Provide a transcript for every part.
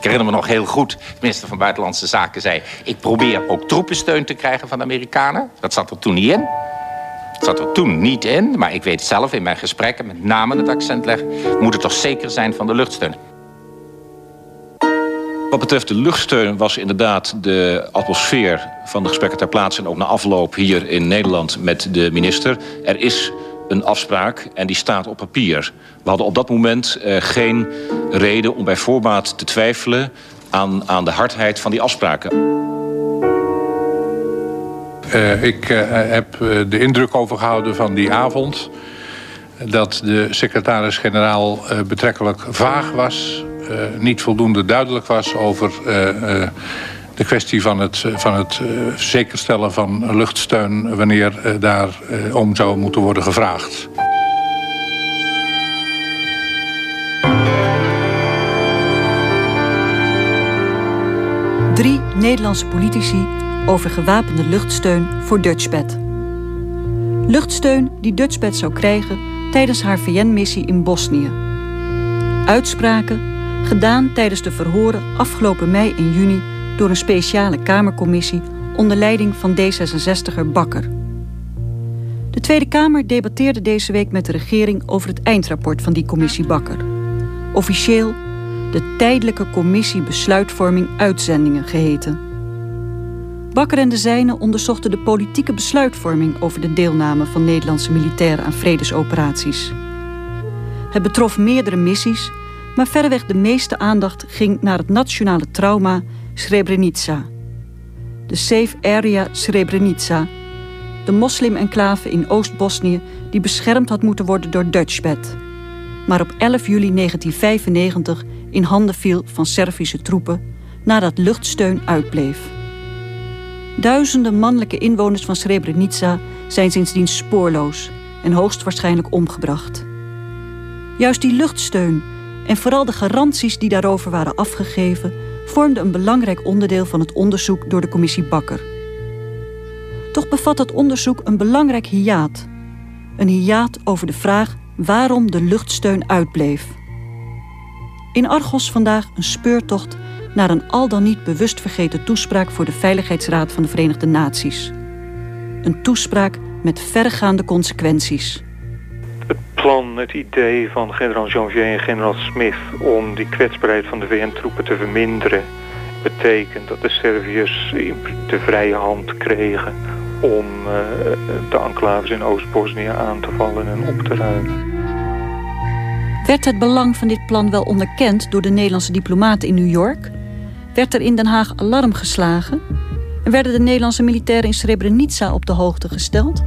herinner me nog heel goed, de minister van Buitenlandse Zaken zei... ik probeer ook troepensteun te krijgen van de Amerikanen. Dat zat er toen niet in. Dat zat er toen niet in, maar ik weet zelf in mijn gesprekken... met name het accent leggen, moet het toch zeker zijn van de luchtsteun. Wat betreft de luchtsteun was inderdaad de atmosfeer van de gesprekken ter plaatse... en ook na afloop hier in Nederland met de minister. Er is een afspraak en die staat op papier. We hadden op dat moment geen reden om bij voorbaat te twijfelen... aan de hardheid van die afspraken. Ik heb de indruk overgehouden van die avond... dat de secretaris-generaal betrekkelijk vaag was... niet voldoende duidelijk was over de kwestie van het zekerstellen van luchtsteun... wanneer daar om zou moeten worden gevraagd. Drie Nederlandse politici over gewapende luchtsteun voor Dutchbat. Luchtsteun die Dutchbat zou krijgen tijdens haar VN-missie in Bosnië. Uitspraken gedaan tijdens de verhoren afgelopen mei en juni... door een speciale Kamercommissie onder leiding van D66er Bakker. De Tweede Kamer debatteerde deze week met de regering over het eindrapport van die commissie Bakker. Officieel de Tijdelijke Commissie Besluitvorming Uitzendingen geheten. Bakker en de zijnen onderzochten de politieke besluitvorming over de deelname van Nederlandse militairen aan vredesoperaties. Het betrof meerdere missies, maar verreweg de meeste aandacht ging naar het nationale trauma Srebrenica. De Safe Area Srebrenica, de moslim-enclave in Oost-Bosnië die beschermd had moeten worden door Dutchbat, maar op 11 juli 1995 in handen viel van Servische troepen nadat luchtsteun uitbleef. Duizenden mannelijke inwoners van Srebrenica zijn sindsdien spoorloos en hoogstwaarschijnlijk omgebracht. Juist die luchtsteun en vooral de garanties die daarover waren afgegeven vormden een belangrijk onderdeel van het onderzoek door de commissie Bakker. Toch bevat dat onderzoek een belangrijk hiaat. Een hiaat over de vraag waarom de luchtsteun uitbleef. In Argos vandaag een speurtocht naar een al dan niet bewust vergeten toespraak voor de Veiligheidsraad van de Verenigde Naties. Een toespraak met verregaande consequenties. Het plan, het idee van generaal Janvier en generaal Smith om die kwetsbaarheid van de VN-troepen te verminderen, betekent dat de Serviërs de vrije hand kregen om de enclaves in Oost-Bosnië aan te vallen en op te ruimen. Werd het belang van dit plan wel onderkend door de Nederlandse diplomaten in New York? Werd er in Den Haag alarm geslagen? En werden de Nederlandse militairen in Srebrenica op de hoogte gesteld?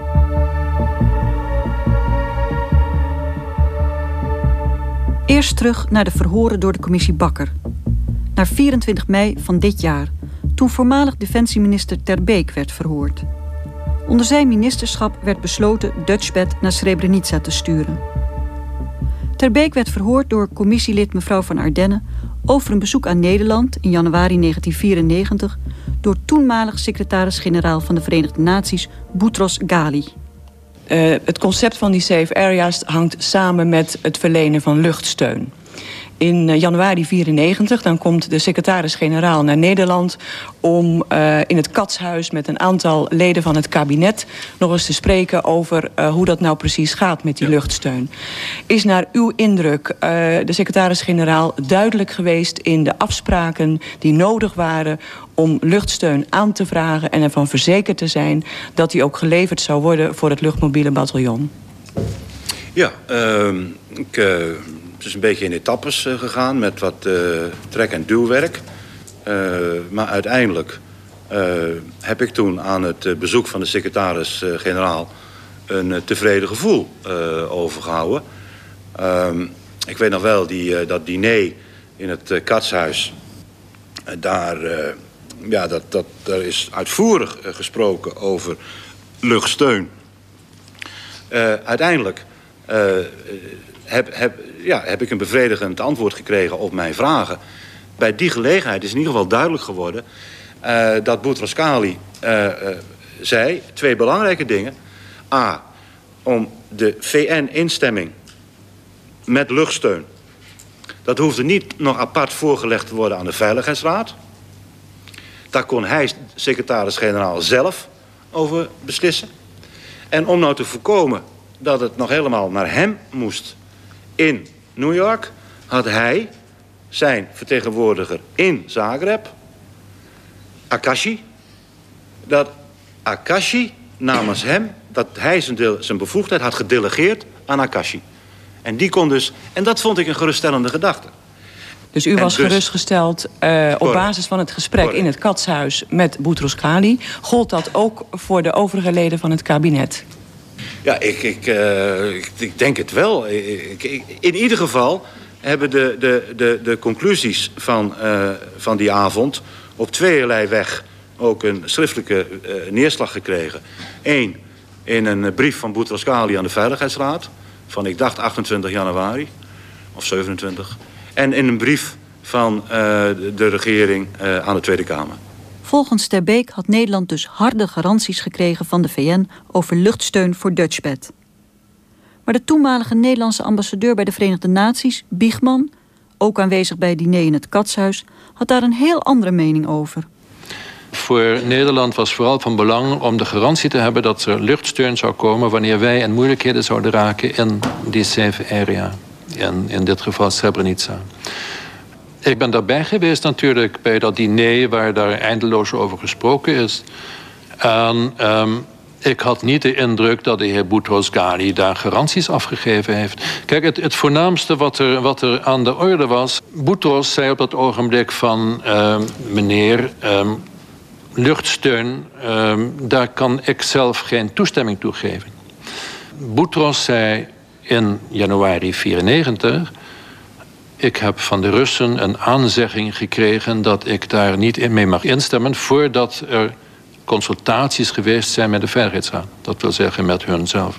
Eerst terug naar de verhoren door de commissie Bakker. Naar 24 mei van dit jaar, toen voormalig defensieminister Ter Beek werd verhoord. Onder zijn ministerschap werd besloten Dutchbat naar Srebrenica te sturen. Ter Beek werd verhoord door commissielid mevrouw van Ardenne over een bezoek aan Nederland in januari 1994 door toenmalig secretaris-generaal van de Verenigde Naties Boutros Ghali. Het concept van die safe areas hangt samen met het verlenen van luchtsteun. In januari 1994 dan komt de secretaris-generaal naar Nederland om in het Katshuis met een aantal leden van het kabinet nog eens te spreken over hoe dat nou precies gaat met die luchtsteun. Is naar uw indruk de secretaris-generaal duidelijk geweest in de afspraken die nodig waren om luchtsteun aan te vragen en ervan verzekerd te zijn dat die ook geleverd zou worden voor het luchtmobiele bataljon? Ja, het is een beetje in etappes gegaan met wat trek- en duwwerk. Maar uiteindelijk heb ik toen aan het bezoek van de secretaris-generaal een tevreden gevoel overgehouden. Ik weet nog wel dat diner in het Katshuis. Daar is uitvoerig gesproken over luchtsteun. Uiteindelijk heb ik een bevredigend antwoord gekregen op mijn vragen. Bij die gelegenheid is in ieder geval duidelijk geworden dat Boutros Ghali zei 2 belangrijke dingen. A, om de VN-instemming met luchtsteun Dat hoefde niet nog apart voorgelegd te worden aan de Veiligheidsraad. Daar kon hij, secretaris-generaal, zelf over beslissen. En om nou te voorkomen dat het nog helemaal naar hem moest in New York, had hij zijn vertegenwoordiger in Zagreb, Akashi, dat Akashi namens hem, dat hij zijn bevoegdheid had gedelegeerd aan Akashi. En die kon dus, en dat vond ik een geruststellende gedachte. Dus u was gerustgesteld op basis van het gesprek in het Katshuis met Boutros-Ghali. Gold dat ook voor de overige leden van het kabinet? Ja, ik denk het wel. In ieder geval hebben de conclusies van die avond op tweeërlei weg ook een schriftelijke neerslag gekregen. Eén, in een brief van Boutros-Ghali aan de Veiligheidsraad van, ik dacht, 28 januari of 27. En in een brief van de regering aan de Tweede Kamer. Volgens Ter Beek had Nederland dus harde garanties gekregen van de VN over luchtsteun voor Dutchbat. Maar de toenmalige Nederlandse ambassadeur bij de Verenigde Naties, Biegman, ook aanwezig bij het diner in het Katshuis, had daar een heel andere mening over. Voor Nederland was vooral van belang om de garantie te hebben dat er luchtsteun zou komen wanneer wij in moeilijkheden zouden raken in die safe area. In dit geval Srebrenica. Ik ben daarbij geweest natuurlijk bij dat diner waar daar eindeloos over gesproken is. En ik had niet de indruk dat de heer Boutros-Ghali daar garanties afgegeven heeft. Kijk, het voornaamste wat er aan de orde was. Boutros zei op dat ogenblik van meneer, luchtsteun, daar kan ik zelf geen toestemming toe geven. Boutros zei in januari 1994... ik heb van de Russen een aanzegging gekregen dat ik daar niet mee mag instemmen voordat er consultaties geweest zijn met de Veiligheidsraad. Dat wil zeggen met hun zelf.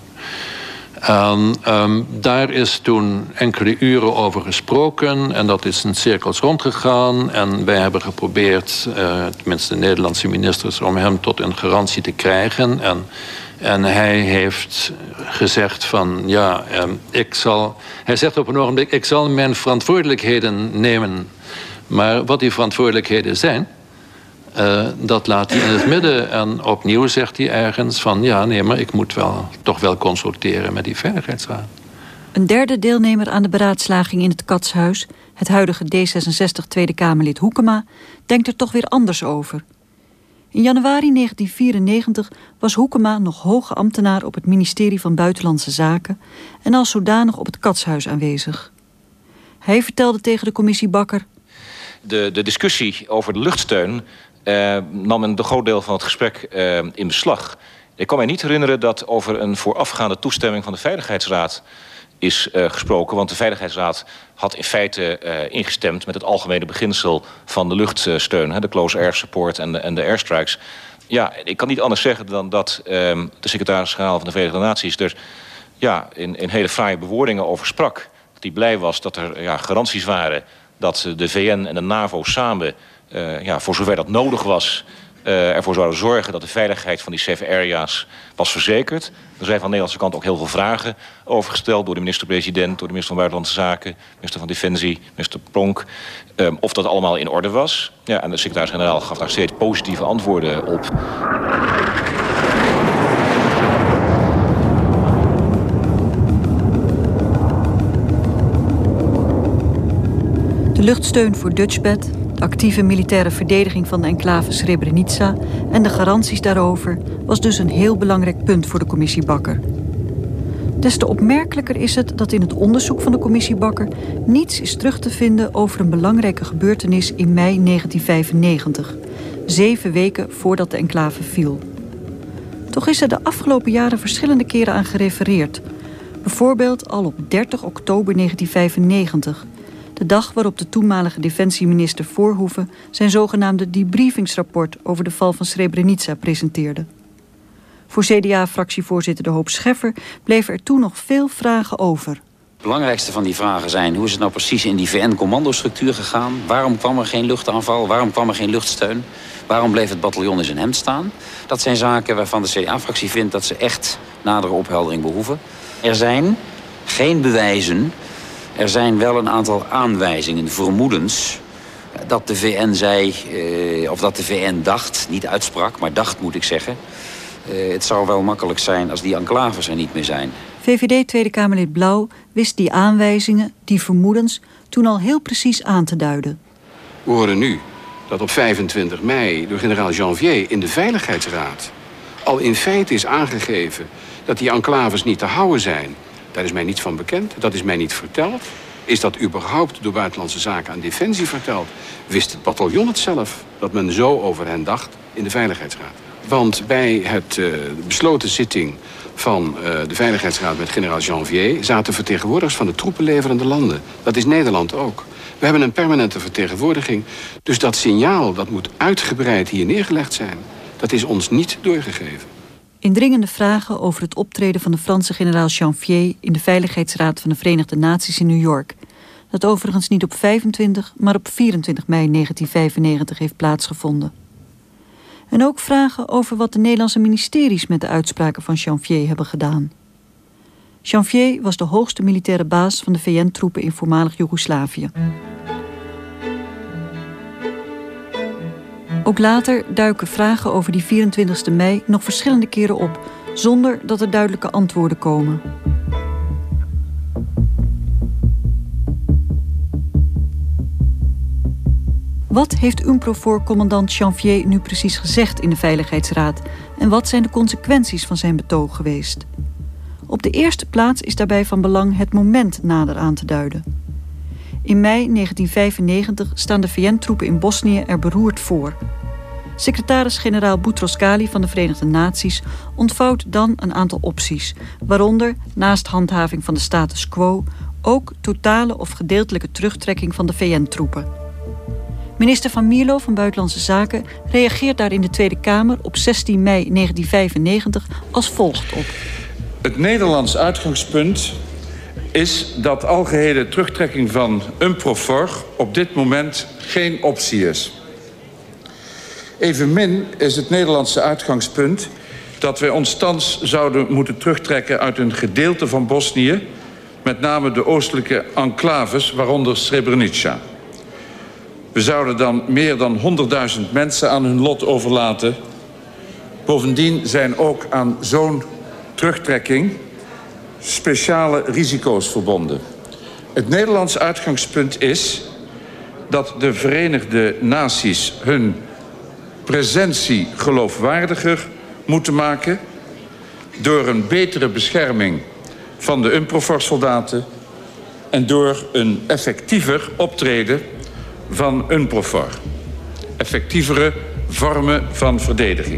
Daar is toen enkele uren over gesproken en dat is in cirkels rondgegaan. En wij hebben geprobeerd, tenminste de Nederlandse ministers, om hem tot een garantie te krijgen. En hij heeft gezegd van, ja, hij zegt op een ogenblik, ik zal mijn verantwoordelijkheden nemen. Maar wat die verantwoordelijkheden zijn, dat laat hij in het midden. En opnieuw zegt hij ergens van, ja, nee, maar ik moet toch wel consulteren met die Veiligheidsraad. Een derde deelnemer aan de beraadslaging in het Katshuis, het huidige D66 Tweede Kamerlid Hoekema, denkt er toch weer anders over. In januari 1994 was Hoekema nog hoge ambtenaar op het ministerie van Buitenlandse Zaken en als zodanig op het Katshuis aanwezig. Hij vertelde tegen de commissie Bakker: De discussie over de luchtsteun nam een groot deel van het gesprek in beslag. Ik kan mij niet herinneren dat over een voorafgaande toestemming van de Veiligheidsraad is gesproken. Want de Veiligheidsraad had in feite ingestemd met het algemene beginsel van de luchtsteun. De close air support en de airstrikes. Ja, ik kan niet anders zeggen dan dat de secretaris-generaal van de Verenigde Naties er in hele fraaie bewoordingen over sprak. Dat hij blij was dat er garanties waren dat de VN en de NAVO samen, voor zover dat nodig was, ervoor zouden zorgen dat de veiligheid van die safe area's was verzekerd. Er zijn van de Nederlandse kant ook heel veel vragen over gesteld door de minister-president, door de minister van Buitenlandse Zaken, minister van Defensie, minister Pronk, of dat allemaal in orde was. Ja, en de secretaris-generaal gaf daar steeds positieve antwoorden op. De luchtsteun voor Dutchbat, de actieve militaire verdediging van de enclave Srebrenica en de garanties daarover was dus een heel belangrijk punt voor de commissie Bakker. Des te opmerkelijker is het dat in het onderzoek van de commissie Bakker niets is terug te vinden over een belangrijke gebeurtenis in mei 1995, 7 weken voordat de enclave viel. Toch is er de afgelopen jaren verschillende keren aan gerefereerd. Bijvoorbeeld al op 30 oktober 1995... de dag waarop de toenmalige defensieminister Voorhoeven zijn zogenaamde debriefingsrapport over de val van Srebrenica presenteerde. Voor CDA-fractievoorzitter De Hoop Scheffer bleven er toen nog veel vragen over. Het belangrijkste van die vragen zijn: hoe is het nou precies in die VN-commandostructuur gegaan? Waarom kwam er geen luchtaanval? Waarom kwam er geen luchtsteun? Waarom bleef het bataljon in zijn hemd staan? Dat zijn zaken waarvan de CDA-fractie vindt dat ze echt nadere opheldering behoeven. Er zijn geen bewijzen Er zijn wel een aantal aanwijzingen, vermoedens, dat de VN zei, of dat de VN dacht, niet uitsprak, maar dacht moet ik zeggen. Het zou wel makkelijk zijn als die enclaves er niet meer zijn. VVD Tweede Kamerlid Blauw wist die aanwijzingen, die vermoedens, toen al heel precies aan te duiden. We horen nu dat op 25 mei door generaal Janvier in de Veiligheidsraad al in feite is aangegeven dat die enclaves niet te houden zijn. Daar is mij niets van bekend, dat is mij niet verteld. Is dat überhaupt door Buitenlandse Zaken aan Defensie verteld? Wist het bataljon het zelf dat men zo over hen dacht in de Veiligheidsraad? Want bij het besloten zitting van de Veiligheidsraad met generaal Janvier zaten vertegenwoordigers van de troepenleverende landen. Dat is Nederland ook. We hebben een permanente vertegenwoordiging. Dus dat signaal dat moet uitgebreid hier neergelegd zijn. Dat is ons niet doorgegeven. Indringende vragen over het optreden van de Franse generaal Janvier in de Veiligheidsraad van de Verenigde Naties in New York. Dat overigens niet op 25, maar op 24 mei 1995 heeft plaatsgevonden. En ook vragen over wat de Nederlandse ministeries met de uitspraken van Janvier hebben gedaan. Janvier was de hoogste militaire baas van de VN-troepen in voormalig Joegoslavië. Ook later duiken vragen over die 24 mei nog verschillende keren op, zonder dat er duidelijke antwoorden komen. Wat heeft UNPROFOR-commandant Janvier nu precies gezegd in de Veiligheidsraad? En wat zijn de consequenties van zijn betoog geweest? Op de eerste plaats is daarbij van belang het moment nader aan te duiden. In mei 1995 staan de VN-troepen in Bosnië er beroerd voor. Secretaris-generaal Boutros-Ghali van de Verenigde Naties ontvouwt dan een aantal opties, waaronder, naast handhaving van de status quo, ook totale of gedeeltelijke terugtrekking van de VN-troepen. Minister Van Mierlo van Buitenlandse Zaken reageert daar in de Tweede Kamer op 16 mei 1995 als volgt op. Het Nederlands uitgangspunt is dat algehele terugtrekking van UNPROFOR op dit moment geen optie is. Evenmin is het Nederlandse uitgangspunt dat wij ons thans zouden moeten terugtrekken uit een gedeelte van Bosnië, met name de oostelijke enclaves, waaronder Srebrenica. We zouden dan meer dan 100.000 mensen aan hun lot overlaten. Bovendien zijn ook aan zo'n terugtrekking speciale risico's verbonden. Het Nederlands uitgangspunt is dat de Verenigde Naties hun presentie geloofwaardiger moeten maken door een betere bescherming van de UNPROFOR-soldaten en door een effectiever optreden van UNPROFOR. Effectievere vormen van verdediging.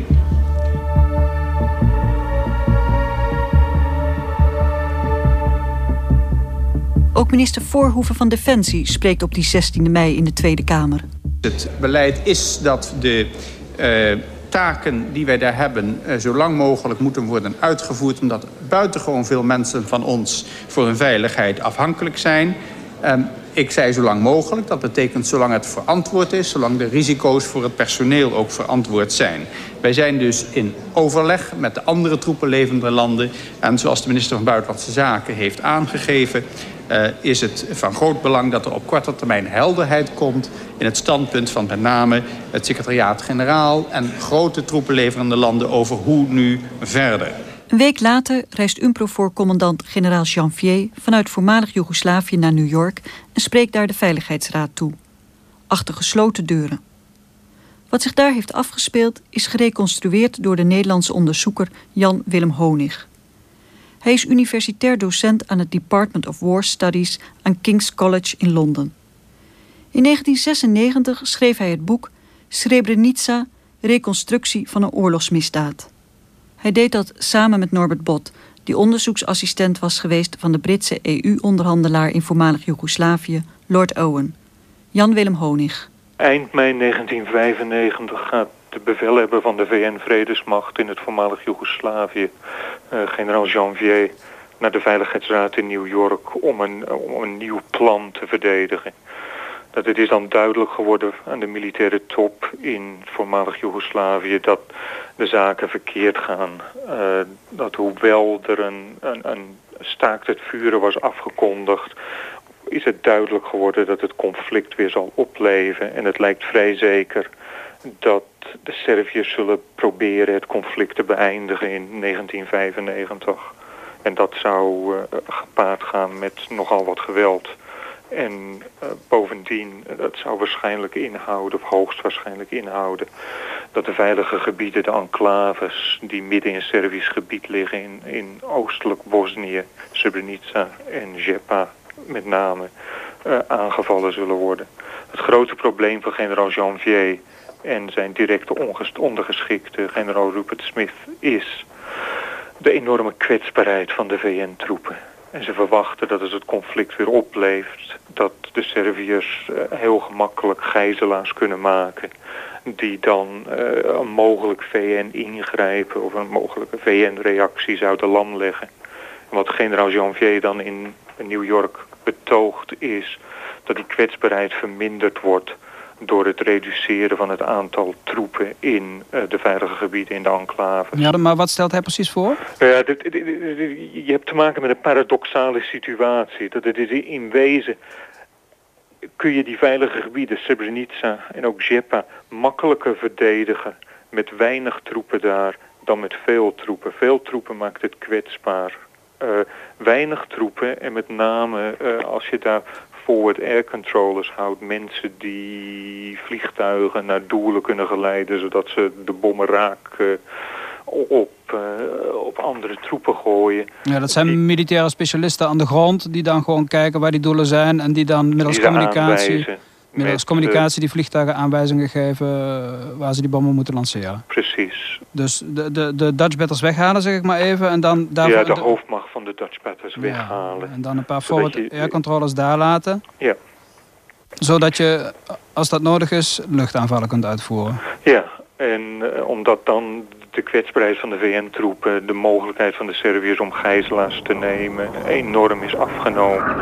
Ook minister Voorhoeven van Defensie spreekt op die 16 mei in de Tweede Kamer. Het beleid is dat de taken die wij daar hebben zo lang mogelijk moeten worden uitgevoerd, omdat buitengewoon veel mensen van ons voor hun veiligheid afhankelijk zijn. Ik zei zo lang mogelijk, dat betekent zolang het verantwoord is, zolang de risico's voor het personeel ook verantwoord zijn. Wij zijn dus in overleg met de andere troepenlevende landen. En zoals de minister van Buitenlandse Zaken heeft aangegeven, is het van groot belang dat er op korte termijn helderheid komt in het standpunt van met name het secretariaat-generaal en grote troepenleverende landen over hoe nu verder. Een week later reist UNPROFOR-commandant generaal Janvier vanuit voormalig Joegoslavië naar New York en spreekt daar de Veiligheidsraad toe. Achter gesloten deuren. Wat zich daar heeft afgespeeld is gereconstrueerd door de Nederlandse onderzoeker Jan Willem Honig. Hij is universitair docent aan het Department of War Studies aan King's College in Londen. In 1996 schreef hij het boek Srebrenica, reconstructie van een oorlogsmisdaad. Hij deed dat samen met Norbert Bot, die onderzoeksassistent was geweest van de Britse EU-onderhandelaar in voormalig Joegoslavië, Lord Owen. Jan Willem Honig. Eind mei 1995 gaat de bevelhebber van de VN-vredesmacht in het voormalig Joegoslavië, generaal Janvier, naar de Veiligheidsraad in New York om een nieuw plan te verdedigen. Dat het is dan duidelijk geworden aan de militaire top in voormalig Joegoslavië dat de zaken verkeerd gaan. Dat hoewel er een staakt het vuren was afgekondigd, is het duidelijk geworden dat het conflict weer zal opleven. En het lijkt vrij zeker dat de Serviërs zullen proberen het conflict te beëindigen in 1995. En dat zou gepaard gaan met nogal wat geweld. En bovendien, dat zou waarschijnlijk inhouden, of hoogstwaarschijnlijk inhouden, dat de veilige gebieden, de enclaves, die midden in Servisch gebied liggen in oostelijk Bosnië, Srebrenica en Žepa met name, aangevallen zullen worden. Het grote probleem van generaal Janvier en zijn directe ondergeschikte generaal Rupert Smith is de enorme kwetsbaarheid van de VN-troepen. En ze verwachten dat als het conflict weer opleeft, dat de Serviërs heel gemakkelijk gijzelaars kunnen maken, die dan een mogelijk VN-ingrijpen of een mogelijke VN-reactie zouden lamleggen. En wat generaal Janvier dan in New York betoogt is dat die kwetsbaarheid verminderd wordt door het reduceren van het aantal troepen in de veilige gebieden, in de enclaves. Ja, maar wat stelt hij precies voor? Ja, je hebt te maken met een paradoxale situatie. Dat het is in wezen kun je die veilige gebieden, Srebrenica en ook Žepa, makkelijker verdedigen met weinig troepen daar dan met veel troepen. Veel troepen maakt het kwetsbaar. Weinig troepen en met name als je daar forward air controllers houdt, mensen die vliegtuigen naar doelen kunnen geleiden, zodat ze de bommen raak op andere troepen gooien. Ja, dat zijn militaire specialisten aan de grond die dan gewoon kijken waar die doelen zijn en die dan middels communicatie die vliegtuigen aanwijzingen geven waar ze die bommen moeten lanceren. Precies. Dus de Dutch batters weghalen, zeg ik maar even, en dan daarvoor... Ja, de hoofdmacht van de Dutch batters weghalen. En dan een paar forward air controllers daar laten. Ja. Zodat je, als dat nodig is, luchtaanvallen kunt uitvoeren. Ja, en omdat dan de kwetsbaarheid van de VN-troepen, de mogelijkheid van de Serviërs om gijzelaars te nemen, enorm is afgenomen.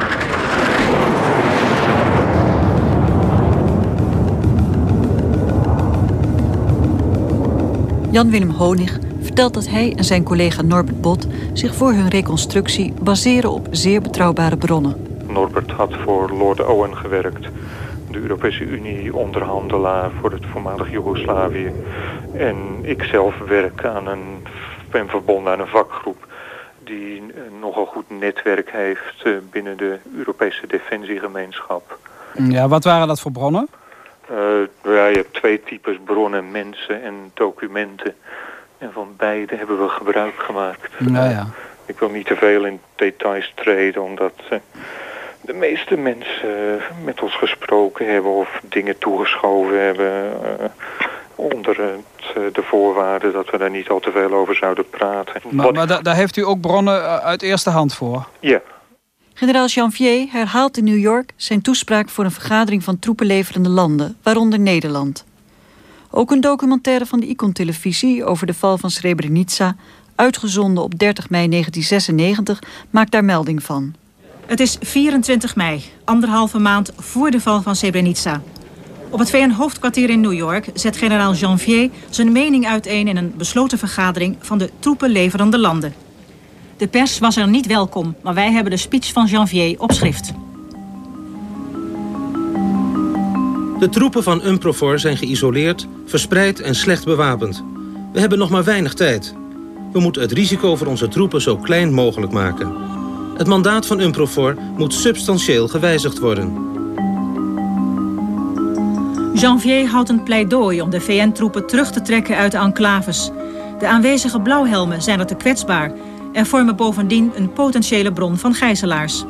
Jan-Willem Honig vertelt dat hij en zijn collega Norbert Bot zich voor hun reconstructie baseren op zeer betrouwbare bronnen. Norbert had voor Lord Owen gewerkt, de Europese Unie onderhandelaar voor het voormalig Joegoslavië. En ik zelf ben verbonden aan een vakgroep die een nogal goed netwerk heeft binnen de Europese defensiegemeenschap. Ja, wat waren dat voor bronnen? Je hebt twee types bronnen, mensen en documenten. En van beide hebben we gebruik gemaakt. Ja. Ik wil niet te veel in details treden, omdat de meeste mensen met ons gesproken hebben of dingen toegeschoven hebben onder de voorwaarde dat we daar niet al te veel over zouden praten. Maar daar heeft u ook bronnen uit eerste hand voor? Ja. Generaal Janvier herhaalt in New York zijn toespraak voor een vergadering van troepenleverende landen, waaronder Nederland. Ook een documentaire van de Icon-televisie over de val van Srebrenica, uitgezonden op 30 mei 1996, maakt daar melding van. Het is 24 mei, 1,5 maand voor de val van Srebrenica. Op het VN-hoofdkwartier in New York zet generaal Janvier zijn mening uiteen in een besloten vergadering van de troepenleverende landen. De pers was er niet welkom, maar wij hebben de speech van Janvier op schrift. De troepen van UNPROFOR zijn geïsoleerd, verspreid en slecht bewapend. We hebben nog maar weinig tijd. We moeten het risico voor onze troepen zo klein mogelijk maken. Het mandaat van UNPROFOR moet substantieel gewijzigd worden. Janvier houdt een pleidooi om de VN-troepen terug te trekken uit de enclaves. De aanwezige blauwhelmen zijn er te kwetsbaar en vormen bovendien een potentiële bron van gijzelaars.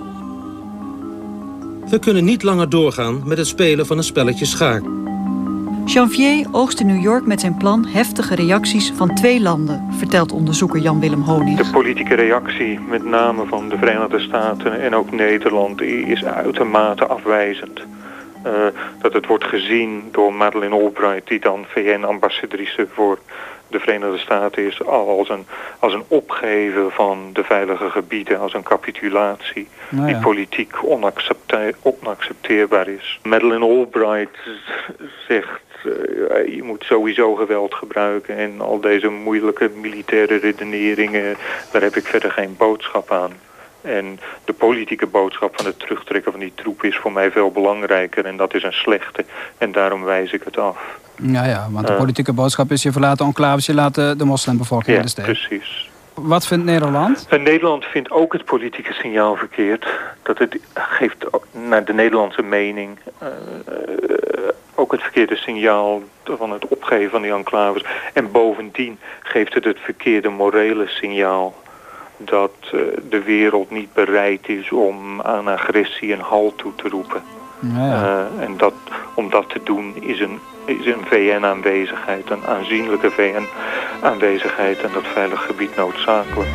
We kunnen niet langer doorgaan met het spelen van een spelletje schaak. Janvier oogst in New York met zijn plan heftige reacties van 2 landen, vertelt onderzoeker Jan-Willem Honig. De politieke reactie, met name van de Verenigde Staten en ook Nederland, is uitermate afwijzend. Dat het wordt gezien door Madeleine Albright, die dan VN-ambassadrice voor de Verenigde Staten is, als een opgeven van de veilige gebieden, als een capitulatie die politiek onaccepteerbaar is. Madeleine Albright zegt, je moet sowieso geweld gebruiken en al deze moeilijke militaire redeneringen, daar heb ik verder geen boodschap aan. En de politieke boodschap van het terugtrekken van die troepen is voor mij veel belangrijker. En dat is een slechte. En daarom wijs ik het af. Ja, want de politieke boodschap is: je verlaat de enclaves, je laat de moslimbevolking in de steek. Precies. Wat vindt Nederland? Nederland vindt ook het politieke signaal verkeerd. Dat het geeft naar de Nederlandse mening ook het verkeerde signaal van het opgeven van die enclaves. En bovendien geeft het verkeerde morele signaal dat de wereld niet bereid is om aan agressie een halt toe te roepen. Ja. En om dat te doen is een VN-aanwezigheid, een aanzienlijke VN-aanwezigheid en dat veilig gebied noodzakelijk.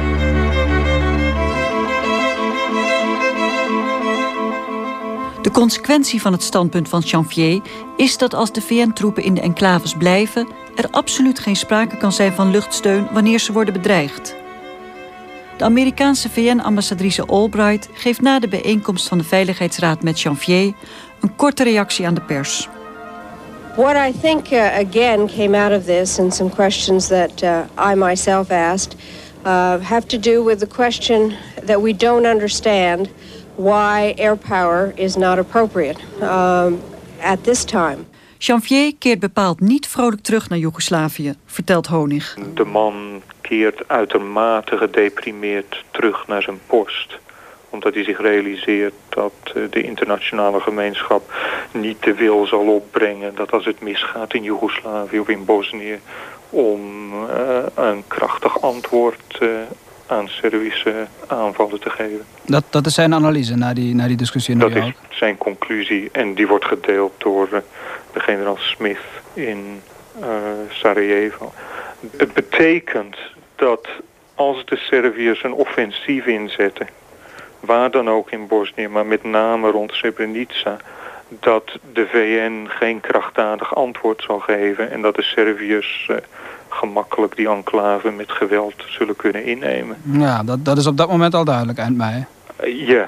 De consequentie van het standpunt van Janvier is dat als de VN-troepen in de enclaves blijven, er absoluut geen sprake kan zijn van luchtsteun wanneer ze worden bedreigd. De Amerikaanse VN-ambassadrice Albright geeft na de bijeenkomst van de Veiligheidsraad met Janvier een korte reactie aan de pers. What I think again came out of this, and some questions that I myself asked, have to do with the question that we don't understand why air power is not appropriate at this time. Janvier keert bepaald niet vrolijk terug naar Joegoslavië, vertelt Honig. De man keert uitermate gedeprimeerd terug naar zijn post. Omdat hij zich realiseert dat de internationale gemeenschap niet de wil zal opbrengen dat als het misgaat in Joegoslavië of in Bosnië om een krachtig antwoord aan Servische aanvallen te geven. Dat is zijn analyse na die discussie in New York? Dat is zijn conclusie en die wordt gedeeld door de generaal Smith in Sarajevo. Het betekent dat als de Serviërs een offensief inzetten, waar dan ook in Bosnië, maar met name rond Srebrenica, dat de VN geen krachtdadig antwoord zal geven en dat de Serviërs gemakkelijk die enclave met geweld zullen kunnen innemen. Ja, dat is op dat moment al duidelijk, eind mei. Ja.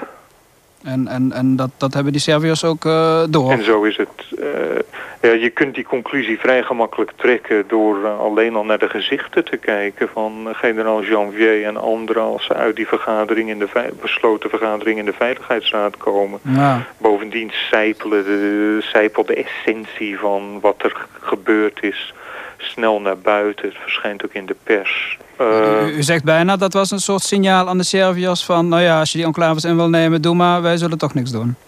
En dat hebben die Serviërs ook door. En zo is het. Je kunt die conclusie vrij gemakkelijk trekken door alleen al naar de gezichten te kijken van generaal Janvier en anderen als ze uit die vergadering besloten vergadering in de Veiligheidsraad komen. Ja. Bovendien zijpelt de essentie van wat er gebeurd is snel naar buiten. Het verschijnt ook in de pers. U zegt bijna dat was een soort signaal aan de Serviërs van, nou ja, als je die enclaves in wil nemen, doe maar, wij zullen toch niks doen.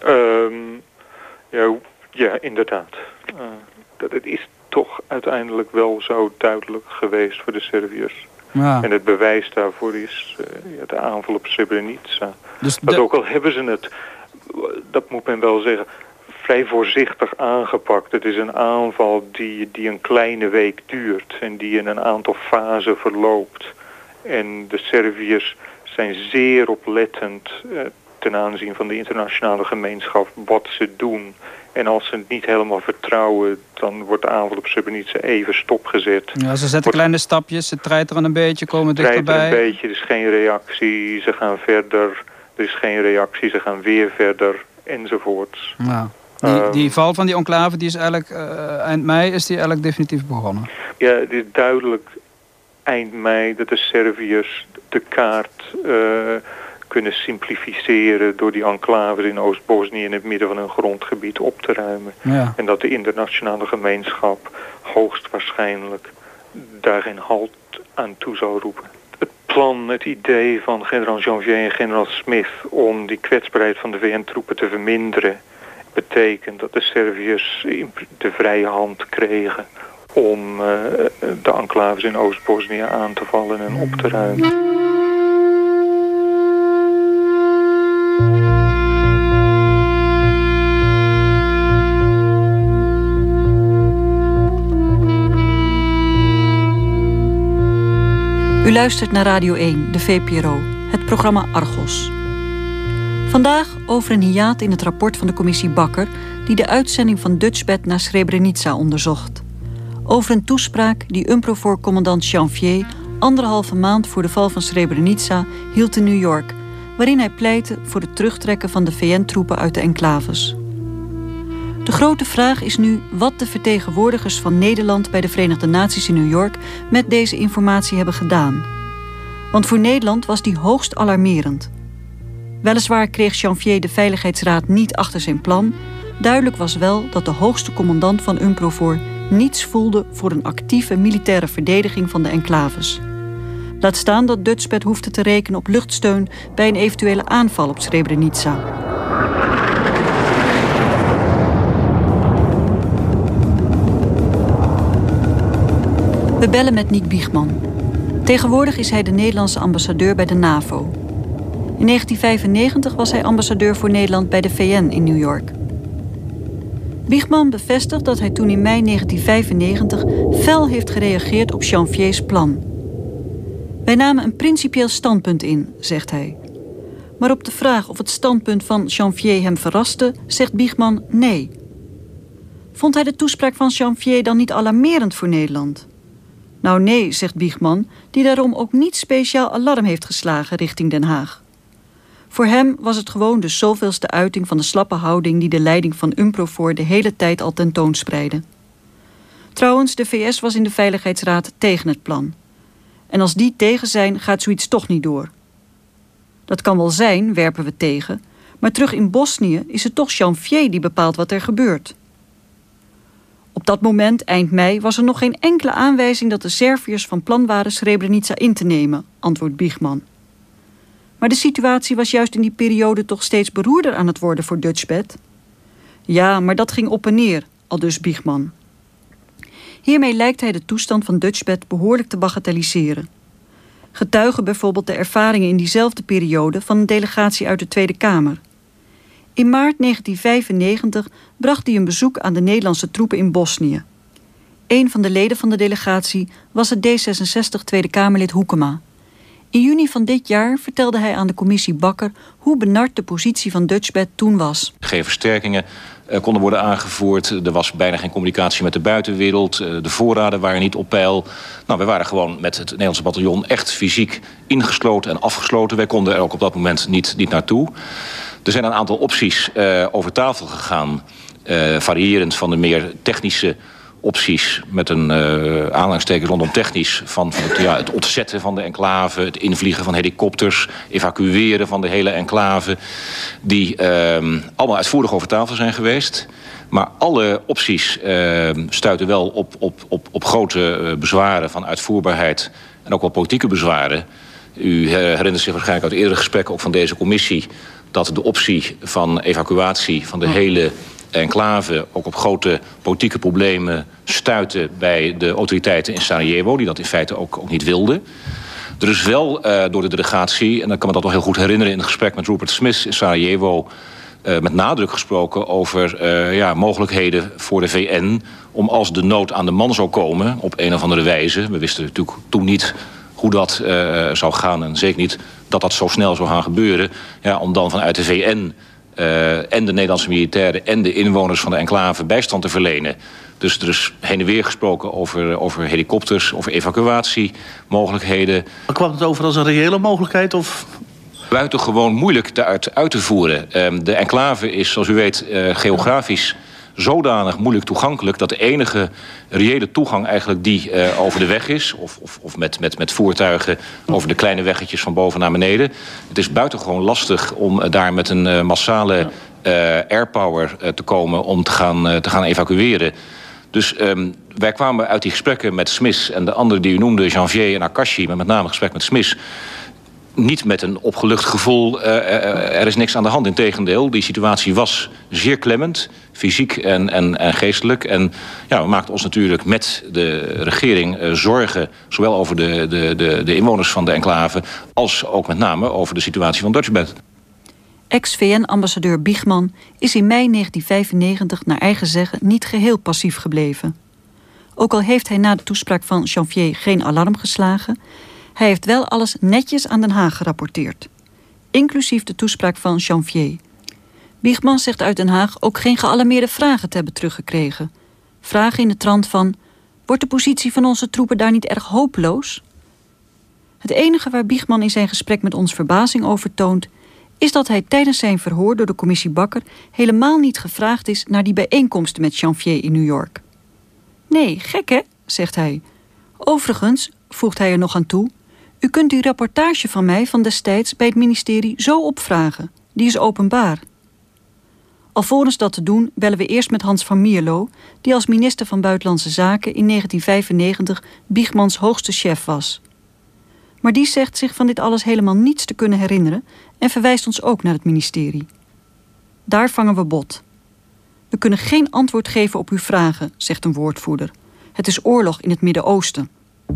Ja, inderdaad. Het is toch uiteindelijk wel zo duidelijk geweest voor de Serviërs. Ja. En het bewijs daarvoor is de aanval op Srebrenica. Dus ook al hebben ze het, dat moet men wel zeggen, vrij voorzichtig aangepakt. Het is een aanval die een kleine week duurt en die in een aantal fasen verloopt. En de Serviërs zijn zeer oplettend ten aanzien van de internationale gemeenschap wat ze doen. En als ze het niet helemaal vertrouwen, dan wordt de aanval op Srebrenica even stopgezet. Ja, ze zetten kleine stapjes, ze treiteren een beetje, komen dichterbij. Treiteren een beetje, er is geen reactie, ze gaan verder. Er is geen reactie, ze gaan weer verder, enzovoorts. Ja. Die val van die enclave, die is eigenlijk eind mei is die eigenlijk definitief begonnen. Ja, het is duidelijk eind mei dat de Serviërs de kaart kunnen simplificeren door die enclaves in Oost-Bosnië in het midden van hun grondgebied op te ruimen. Ja. En dat de internationale gemeenschap hoogstwaarschijnlijk daar geen halt aan toe zal roepen. Het plan, het idee van generaal Janvier en generaal Smith om die kwetsbaarheid van de VN-troepen te verminderen, betekent dat de Serviërs de vrije hand kregen om de enclaves in Oost-Bosnië aan te vallen en op te ruimen. U luistert naar Radio 1, de VPRO, het programma Argos. Vandaag over een hiaat in het rapport van de commissie Bakker die de uitzending van Dutchbat naar Srebrenica onderzocht. Over een toespraak die UNPROFOR-commandant Janvier 1,5 maand voor de val van Srebrenica hield in New York, waarin hij pleitte voor het terugtrekken van de VN-troepen uit de enclaves. De grote vraag is nu wat de vertegenwoordigers van Nederland bij de Verenigde Naties in New York met deze informatie hebben gedaan. Want voor Nederland was die hoogst alarmerend. Weliswaar kreeg Janvier de Veiligheidsraad niet achter zijn plan. Duidelijk was wel dat de hoogste commandant van UNPROFOR niets voelde voor een actieve militaire verdediging van de enclaves. Laat staan dat Dutchbat hoefde te rekenen op luchtsteun bij een eventuele aanval op Srebrenica. We bellen met Niek Biegman. Tegenwoordig is hij de Nederlandse ambassadeur bij de NAVO. In 1995 was hij ambassadeur voor Nederland bij de VN in New York. Biegman bevestigt dat hij toen in mei 1995 fel heeft gereageerd op Janviers plan. Wij namen een principieel standpunt in, zegt hij. Maar op de vraag of het standpunt van Janvier hem verraste, zegt Biegman nee. Vond hij de toespraak van Janvier dan niet alarmerend voor Nederland? Nou nee, zegt Biegman, die daarom ook niet speciaal alarm heeft geslagen richting Den Haag. Voor hem was het gewoon de zoveelste uiting van de slappe houding die de leiding van UNPROFOR de hele tijd al tentoonspreidde. Trouwens, de VS was in de Veiligheidsraad tegen het plan. En als die tegen zijn, gaat zoiets toch niet door. Dat kan wel zijn, werpen we tegen, maar terug in Bosnië is het toch Janvier die bepaalt wat er gebeurt. Op dat moment, eind mei, was er nog geen enkele aanwijzing dat de Serviërs van plan waren Srebrenica in te nemen, antwoordt Biegman. Maar de situatie was juist in die periode toch steeds beroerder aan het worden voor Dutchbat. Ja, maar dat ging op en neer, aldus Biegman. Hiermee lijkt hij de toestand van Dutchbat behoorlijk te bagatelliseren. Getuigen bijvoorbeeld de ervaringen in diezelfde periode van een delegatie uit de Tweede Kamer. In maart 1995 bracht hij een bezoek aan de Nederlandse troepen in Bosnië. Een van de leden van de delegatie was het D66 Tweede Kamerlid Hoekema. In juni van dit jaar vertelde hij aan de commissie Bakker hoe benard de positie van Dutchbat toen was. Geen versterkingen konden worden aangevoerd. Er was bijna geen communicatie met de buitenwereld. De voorraden waren niet op peil. Nou, wij waren gewoon met het Nederlandse bataljon echt fysiek ingesloten en afgesloten. Wij konden er ook op dat moment niet naartoe. Er zijn een aantal opties over tafel gegaan. Variërend van de meer technische opties met een aanhalingstekens rondom technisch van het ontzetten van de enclave, het invliegen van helikopters, evacueren van de hele enclave, die allemaal uitvoerig over tafel zijn geweest. Maar alle opties stuiten wel op grote bezwaren van uitvoerbaarheid en ook wel politieke bezwaren. U herinnert zich waarschijnlijk uit eerdere gesprekken ook van deze commissie dat de optie van evacuatie van de hele enclave ook op grote politieke problemen stuitte bij de autoriteiten in Sarajevo, die dat in feite ook niet wilden. Er is wel door de delegatie, en dan kan me dat nog heel goed herinneren in het gesprek met Rupert Smith in Sarajevo, met nadruk gesproken over mogelijkheden voor de VN om als de nood aan de man zou komen op een of andere wijze. We wisten natuurlijk toen niet hoe dat zou gaan en zeker niet dat dat zo snel zou gaan gebeuren. Ja, om dan vanuit de VN en de Nederlandse militairen en de inwoners van de enclave bijstand te verlenen. Dus er is heen en weer gesproken over helikopters, over evacuatiemogelijkheden. Maar kwam het over als een reële mogelijkheid of? Buitengewoon moeilijk uit te voeren. De enclave is, zoals u weet, geografisch zodanig moeilijk toegankelijk dat de enige reële toegang eigenlijk die over de weg is, of met voertuigen over de kleine weggetjes van boven naar beneden. Het is buitengewoon lastig om daar met een massale airpower te komen om te gaan evacueren. Dus wij kwamen uit die gesprekken met Smith en de anderen die u noemde, Janvier en Akashi, maar met name gesprek met Smith, niet met een opgelucht gevoel, er is niks aan de hand. Integendeel, die situatie was zeer klemmend, fysiek en geestelijk. En ja, we maakten ons natuurlijk met de regering zorgen, zowel over de inwoners van de enclave als ook met name over de situatie van Dutchbat. Ex-VN-ambassadeur Biegman is in mei 1995 naar eigen zeggen niet geheel passief gebleven. Ook al heeft hij na de toespraak van Janvier geen alarm geslagen, hij heeft wel alles netjes aan Den Haag gerapporteerd. Inclusief de toespraak van Janvier. Biegman zegt uit Den Haag ook geen gealarmeerde vragen te hebben teruggekregen. Vragen in de trant van: wordt de positie van onze troepen daar niet erg hopeloos? Het enige waar Biegman in zijn gesprek met ons verbazing over toont, is dat hij tijdens zijn verhoor door de commissie Bakker helemaal niet gevraagd is naar die bijeenkomsten met Janvier in New York. Nee, gek hè, zegt hij. Overigens, voegt hij er nog aan toe, U kunt die rapportage van mij van destijds bij het ministerie zo opvragen. Die is openbaar. Alvorens dat te doen bellen we eerst met Hans van Mierlo, die als minister van Buitenlandse Zaken in 1995 Biegmans hoogste chef was. Maar die zegt zich van dit alles helemaal niets te kunnen herinneren en verwijst ons ook naar het ministerie. Daar vangen we bot. We kunnen geen antwoord geven op uw vragen, zegt een woordvoerder. Het is oorlog in het Midden-Oosten.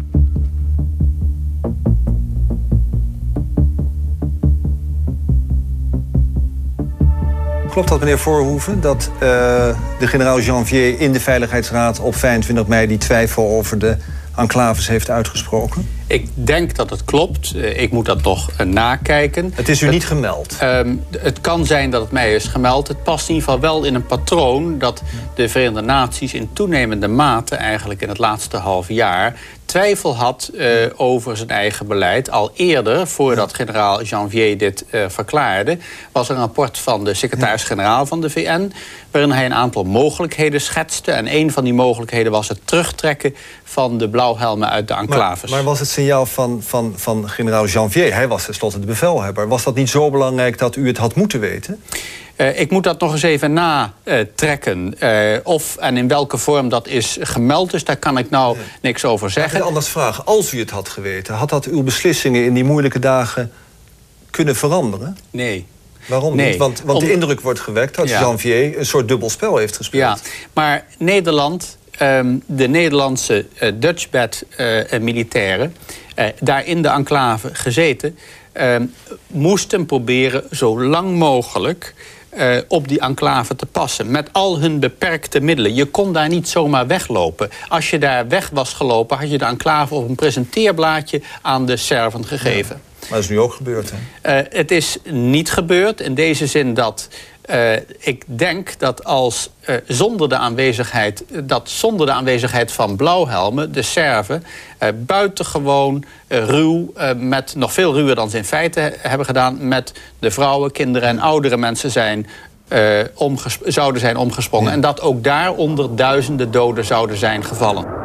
Klopt dat, meneer Voorhoeven, dat de generaal Janvier in de Veiligheidsraad op 25 mei die twijfel over de enclaves heeft uitgesproken? Ik denk dat het klopt. Ik moet dat nog nakijken. Het is u niet gemeld? Het kan zijn dat het mij is gemeld. Het past in ieder geval wel in een patroon dat de Verenigde Naties in toenemende mate eigenlijk in het laatste half jaar twijfel had over zijn eigen beleid. Al eerder, voordat generaal Janvier dit verklaarde, was er een rapport van de secretaris-generaal van de VN, waarin hij een aantal mogelijkheden schetste. En een van die mogelijkheden was het terugtrekken van de blauwhelmen uit de enclaves. Maar was het signaal van generaal Janvier, hij was tenslotte de bevelhebber, was dat niet zo belangrijk dat u het had moeten weten? Ik moet dat nog eens even natrekken. Of en in welke vorm dat is gemeld. Dus daar kan ik nou niks over zeggen. Ik anders vragen, als u het had geweten, had dat uw beslissingen in die moeilijke dagen kunnen veranderen? Nee. Waarom niet? Want de indruk wordt gewekt dat Janvier een soort dubbelspel heeft gespeeld. Ja, maar Nederland, de Nederlandse Dutchbat militairen, daar in de enclave gezeten, moesten proberen zo lang mogelijk op die enclave te passen. Met al hun beperkte middelen. Je kon daar niet zomaar weglopen. Als je daar weg was gelopen, had je de enclave op een presenteerblaadje aan de Serven gegeven. Ja, maar dat is nu ook gebeurd, hè? Het is niet gebeurd in deze zin dat ik denk dat zonder de aanwezigheid van blauwhelmen de Serven buitengewoon ruw, met nog veel ruwer dan ze in feite hebben gedaan, met de vrouwen, kinderen en oudere mensen zouden zijn omgesprongen. Ja. En dat ook daaronder duizenden doden zouden zijn gevallen.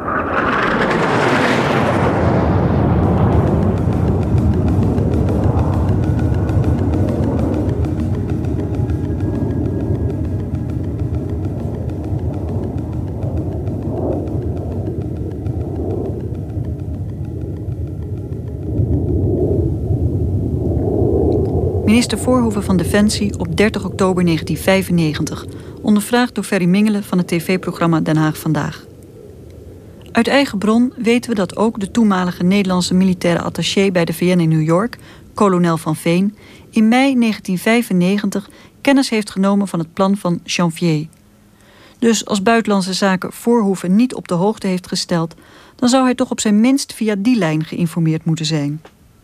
Minister Voorhoeven van Defensie op 30 oktober 1995... ondervraagd door Ferry Mingelen van het tv-programma Den Haag Vandaag. Uit eigen bron weten we dat ook de toenmalige Nederlandse militaire attaché bij de VN in New York, kolonel Van Veen, in mei 1995 kennis heeft genomen van het plan van Janvier. Dus als Buitenlandse Zaken Voorhoeven niet op de hoogte heeft gesteld, dan zou hij toch op zijn minst via die lijn geïnformeerd moeten zijn.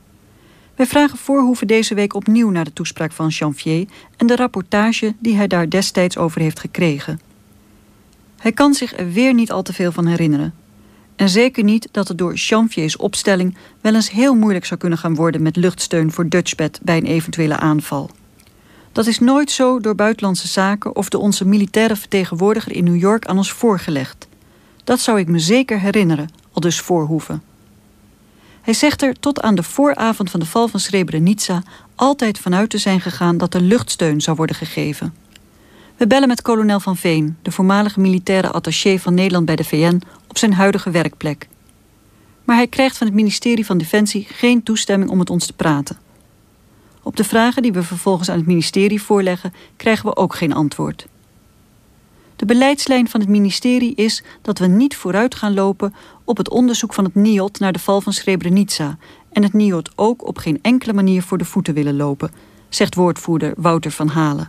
Wij vragen Voorhoeven deze week opnieuw naar de toespraak van Janvier en de rapportage die hij daar destijds over heeft gekregen. Hij kan zich er weer niet al te veel van herinneren. En zeker niet dat het door Janviers opstelling wel eens heel moeilijk zou kunnen gaan worden met luchtsteun voor Dutchbat bij een eventuele aanval. Dat is nooit zo door Buitenlandse Zaken of door onze militaire vertegenwoordiger in New York aan ons voorgelegd. Dat zou ik me zeker herinneren, aldus Voorhoeven. Hij zegt er tot aan de vooravond van de val van Srebrenica altijd vanuit te zijn gegaan dat er luchtsteun zou worden gegeven. We bellen met kolonel Van Veen, de voormalige militaire attaché van Nederland bij de VN, op zijn huidige werkplek. Maar hij krijgt van het ministerie van Defensie geen toestemming om met ons te praten. Op de vragen die we vervolgens aan het ministerie voorleggen, krijgen we ook geen antwoord. De beleidslijn van het ministerie is dat we niet vooruit gaan lopen op het onderzoek van het NIOD naar de val van Srebrenica en het NIOD ook op geen enkele manier voor de voeten willen lopen, zegt woordvoerder Wouter van Halen.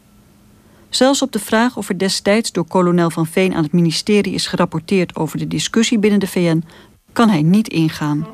Zelfs op de vraag of er destijds door kolonel Van Veen aan het ministerie is gerapporteerd over de discussie binnen de VN, kan hij niet ingaan.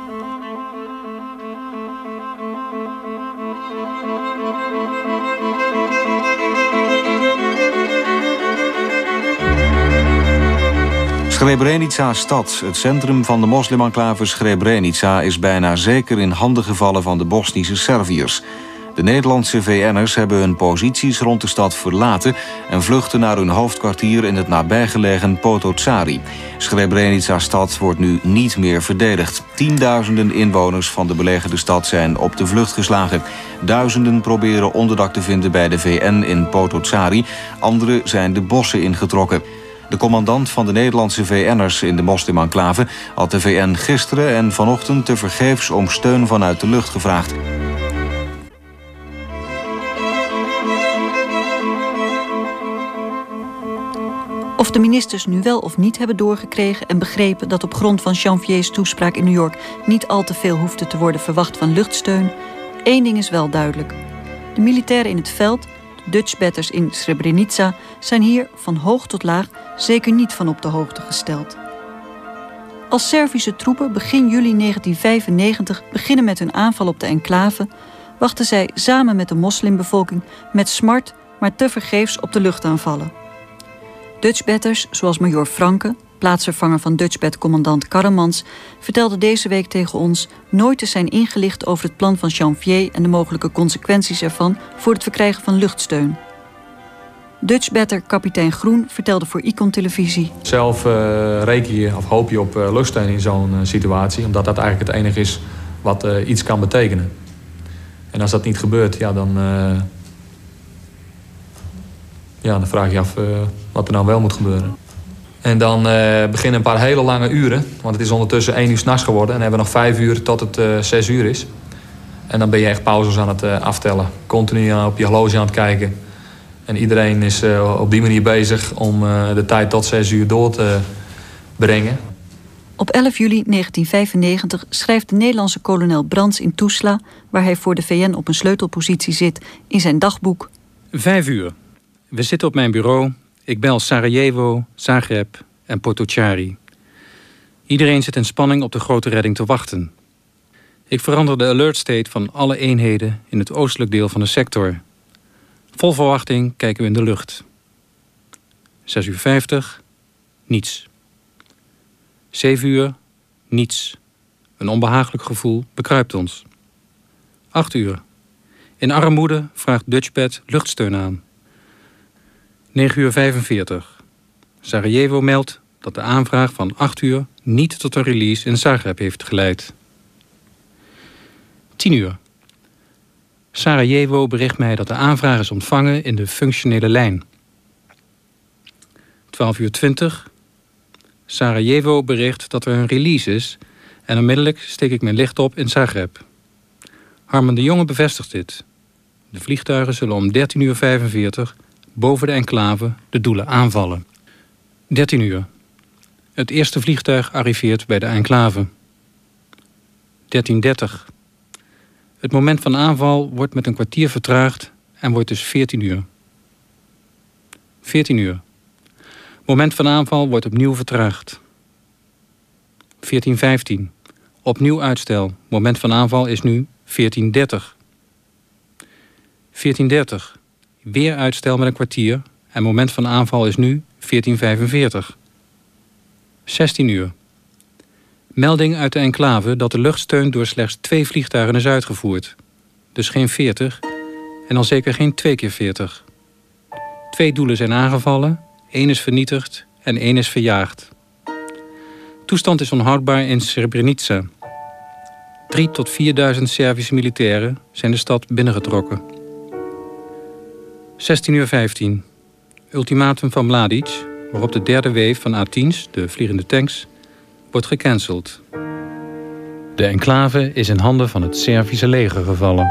Srebrenica-stad, het centrum van de moslimenclave Srebrenica, is bijna zeker in handen gevallen van de Bosnische Serviërs. De Nederlandse VN'ers hebben hun posities rond de stad verlaten en vluchten naar hun hoofdkwartier in het nabijgelegen Potocari. Srebrenica-stad wordt nu niet meer verdedigd. Tienduizenden inwoners van de belegerde stad zijn op de vlucht geslagen. Duizenden proberen onderdak te vinden bij de VN in Potocari. Anderen zijn de bossen ingetrokken. De commandant van de Nederlandse VN'ers in de moslimenclave had de VN gisteren en vanochtend tevergeefs om steun vanuit de lucht gevraagd. Of de ministers nu wel of niet hebben doorgekregen en begrepen dat op grond van Janviers toespraak in New York niet al te veel hoefde te worden verwacht van luchtsteun, één ding is wel duidelijk. De militairen in het veld, de Dutchbatters in Srebrenica, zijn hier van hoog tot laag zeker niet van op de hoogte gesteld. Als Servische troepen begin juli 1995 beginnen met hun aanval op de enclave, wachten zij samen met de moslimbevolking met smart, maar tevergeefs op de luchtaanvallen. Dutchbatters, zoals Major Franke, plaatsvervanger van Dutchbat-commandant Karremans, vertelde deze week tegen ons nooit te zijn ingelicht over het plan van Janvier en de mogelijke consequenties ervan voor het verkrijgen van luchtsteun. Dutchbatter kapitein Groen vertelde voor Icon Televisie. Zelf reken je of hoop je op luchtsteun in zo'n situatie, omdat dat eigenlijk het enige is wat iets kan betekenen. En als dat niet gebeurt, ja, dan vraag je af wat er nou wel moet gebeuren. En dan beginnen een paar hele lange uren, want het is ondertussen 1 uur 's nachts geworden en hebben we nog 5 uur tot het 6 uur is. En dan ben je echt pauzes aan het aftellen. Continu op je horloge aan het kijken. En iedereen is op die manier bezig om de tijd tot 6 uur door te brengen. Op 11 juli 1995 schrijft de Nederlandse kolonel Brands in Tuzla, waar hij voor de VN op een sleutelpositie zit, in zijn dagboek. 5 uur. We zitten op mijn bureau. Ik bel Sarajevo, Zagreb en Potocari. Iedereen zit in spanning op de grote redding te wachten. Ik verander de alert state van alle eenheden in het oostelijk deel van de sector. Vol verwachting kijken we in de lucht. 6:50, niets. 7 uur, niets. Een onbehagelijk gevoel bekruipt ons. 8 uur. In armoede vraagt Dutchbat luchtsteun aan. 9:45. Sarajevo meldt dat de aanvraag van 8 uur niet tot een release in Zagreb heeft geleid. 10 uur. Sarajevo bericht mij dat de aanvraag is ontvangen in de functionele lijn. 12:20. Sarajevo bericht dat er een release is en onmiddellijk steek ik mijn licht op in Zagreb. Harmen de Jonge bevestigt dit. De vliegtuigen zullen om 13:45 boven de enclave de doelen aanvallen. 13 uur. Het eerste vliegtuig arriveert bij de enclave. 13:30. Het moment van aanval wordt met een kwartier vertraagd en wordt dus 14 uur. 14 uur. Moment van aanval wordt opnieuw vertraagd. 14:15. Opnieuw uitstel. Moment van aanval is nu 14:30. 14:30. Weer uitstel met een kwartier en moment van aanval is nu 14:45. 16 uur. Melding uit de enclave dat de luchtsteun door slechts 2 vliegtuigen is uitgevoerd. Dus geen 40 en al zeker geen 2 keer 40. 2 doelen zijn aangevallen, 1 is vernietigd en 1 is verjaagd. Toestand is onhoudbaar in Srebrenica. 3.000 tot 4.000 Servische militairen zijn de stad binnengetrokken. 16:15. Ultimatum van Mladic, waarop de derde wave van A-10's, de vliegende tanks, wordt gecanceld. De enclave is in handen van het Servische leger gevallen.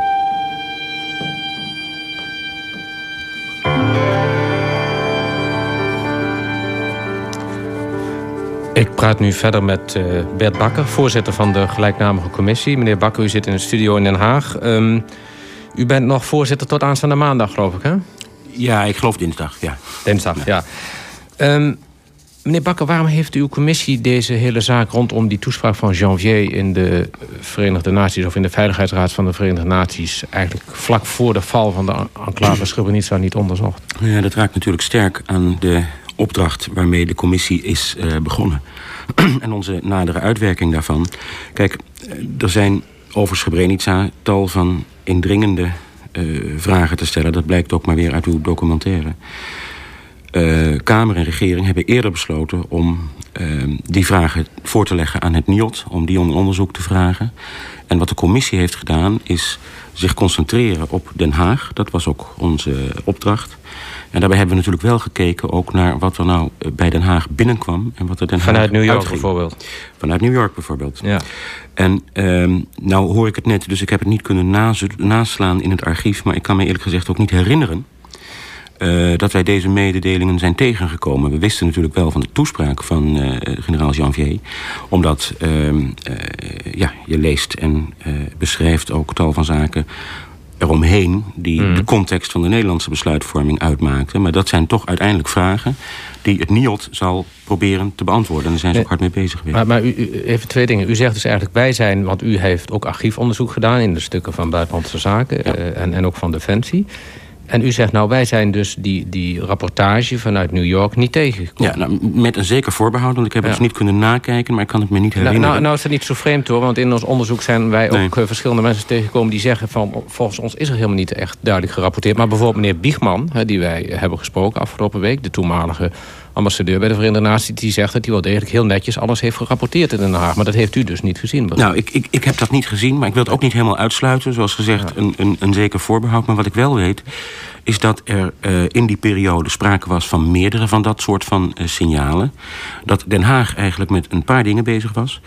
Ik praat nu verder met Bert Bakker, voorzitter van de gelijknamige commissie. Meneer Bakker, u zit in de studio in Den Haag. U bent nog voorzitter tot aanstaande maandag, geloof ik, hè? Ja, ik geloof dinsdag, ja. Dinsdag, ja. Meneer Bakker, waarom heeft uw commissie deze hele zaak rondom die toespraak van Janvier in de Verenigde Naties of in de Veiligheidsraad van de Verenigde Naties eigenlijk vlak voor de val van de enclave Srebrenica niet onderzocht? Ja, dat raakt natuurlijk sterk aan de opdracht waarmee de commissie is begonnen. En onze nadere uitwerking daarvan. Kijk, er zijn over Srebrenica tal van indringende vragen te stellen. Dat blijkt ook maar weer uit uw documentaire. Kamer en regering hebben eerder besloten om die vragen voor te leggen aan het NIOD, om die onder onderzoek te vragen. En wat de commissie heeft gedaan is zich concentreren op Den Haag. Dat was ook onze opdracht. En daarbij hebben we natuurlijk wel gekeken ook naar wat er nou bij Den Haag binnenkwam en wat er Den Haag vanuit New York uitging. bijvoorbeeld. Vanuit New York bijvoorbeeld. Ja. En nou hoor ik het net, dus ik heb het niet kunnen naslaan in het archief, maar ik kan me eerlijk gezegd ook niet herinneren dat wij deze mededelingen zijn tegengekomen. We wisten natuurlijk wel van de toespraak van generaal Janvier, omdat je leest en beschrijft ook tal van zaken eromheen die de context van de Nederlandse besluitvorming uitmaakten. Maar dat zijn toch uiteindelijk vragen die het NIOD zal proberen te beantwoorden. En daar zijn ze ook hard mee bezig geweest. Maar even twee dingen. U zegt dus eigenlijk wij zijn, want u heeft ook archiefonderzoek gedaan in de stukken van Buitenlandse Zaken en ook van Defensie. En u zegt, nou, wij zijn dus die rapportage vanuit New York niet tegengekomen. Ja, nou, met een zeker voorbehoud, want ik heb het dus niet kunnen nakijken, maar ik kan het me niet herinneren. Nou is dat niet zo vreemd hoor, want in ons onderzoek zijn wij ook verschillende mensen tegengekomen die zeggen van, volgens ons is er helemaal niet echt duidelijk gerapporteerd. Maar bijvoorbeeld meneer Biegman, die wij hebben gesproken afgelopen week, de toenmalige ambassadeur bij de Verenigde Naties, die zegt dat hij wel degelijk heel netjes alles heeft gerapporteerd in Den Haag. Maar dat heeft u dus niet gezien. Nou, ik heb dat niet gezien, maar ik wil het ook niet helemaal uitsluiten. Zoals gezegd, een zeker voorbehoud. Maar wat ik wel weet, is dat er in die periode sprake was van meerdere van dat soort van signalen. Dat Den Haag eigenlijk met een paar dingen bezig was.